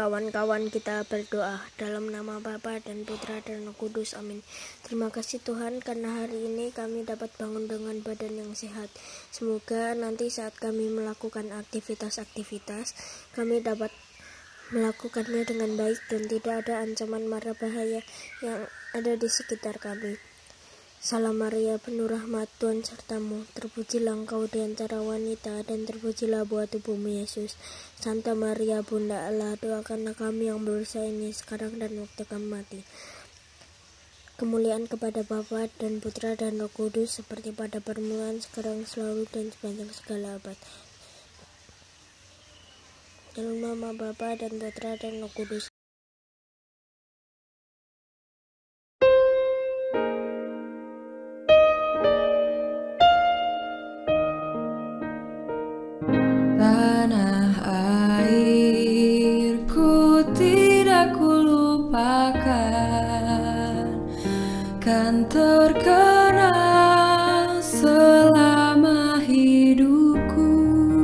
kawan-kawan, kita berdoa dalam nama Bapa dan Putra dan Roh Kudus. Amin. Terima kasih Tuhan karena hari ini kami dapat bangun dengan badan yang sehat. Semoga nanti saat kami melakukan aktivitas-aktivitas, kami dapat melakukannya dengan baik dan tidak ada ancaman mara bahaya yang ada di sekitar kami. Salam Maria, penuh rahmat, Tuhan sertamu, terpujilah engkau di antara wanita, dan terpujilah buah tubuhmu Yesus. Santa Maria, Bunda Allah, doakanlah kami yang berdosa ini sekarang dan waktu kami mati. Kemuliaan kepada Bapa dan Putra dan Roh Kudus, seperti pada permulaan, sekarang, selalu, dan sepanjang segala abad. Dalam nama Bapa dan Putra dan Roh Kudus. Tanah airku tidak kulupakan, kan terkenal selama hidupku.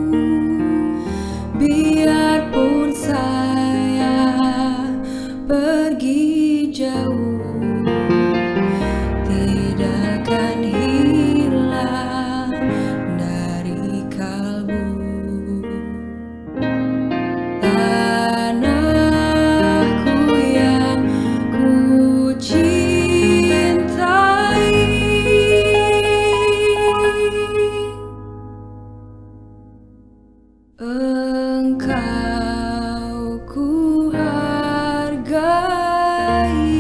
Biarpun saya pergi jauh, tidak akan hilang dari kalbu. Tanahku yang ku cintai, Engkau ku hargai.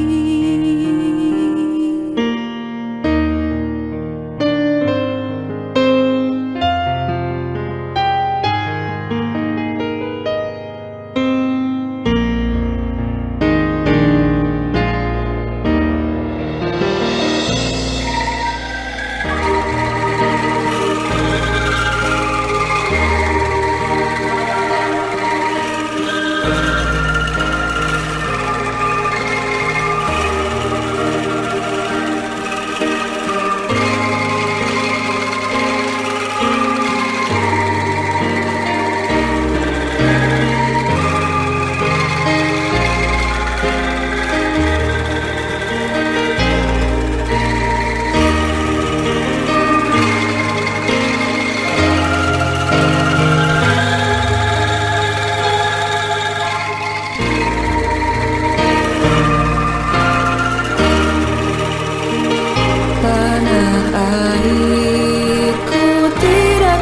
Airku tidak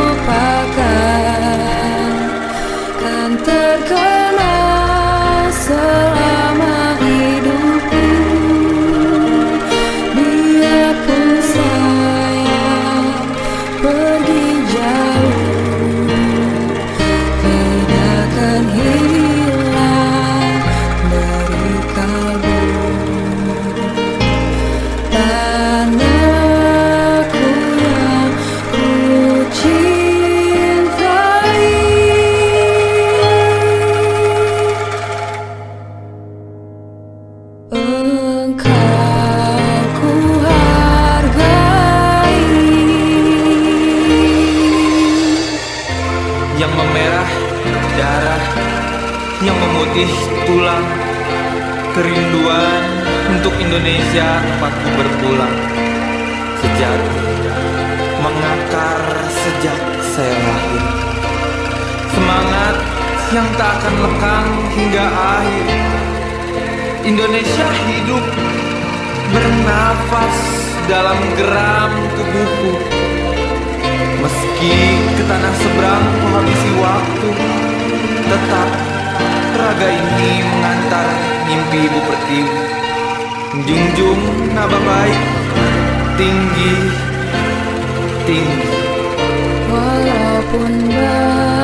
kulupakan, kan terkenal selama hidupku. Biarpun saya pergi jauh, tidak akan hilang dari kalbu. Tanahku yang ku cintai, Engkau ku hargai. Yang memerah darah, yang memutih tulang, kerinduan untuk Indonesia tempatku berpulang. Sejarah mengakar sejak saya lahir, semangat yang tak akan lekang hingga akhir. Indonesia hidup bernafas dalam geram tubuhku. Meski ke tanah seberang menghabisi waktu, tetap raga ini mengantar mimpi Ibu Pertiwi. Junjung nama baik, tinggi, tinggi. Walaupun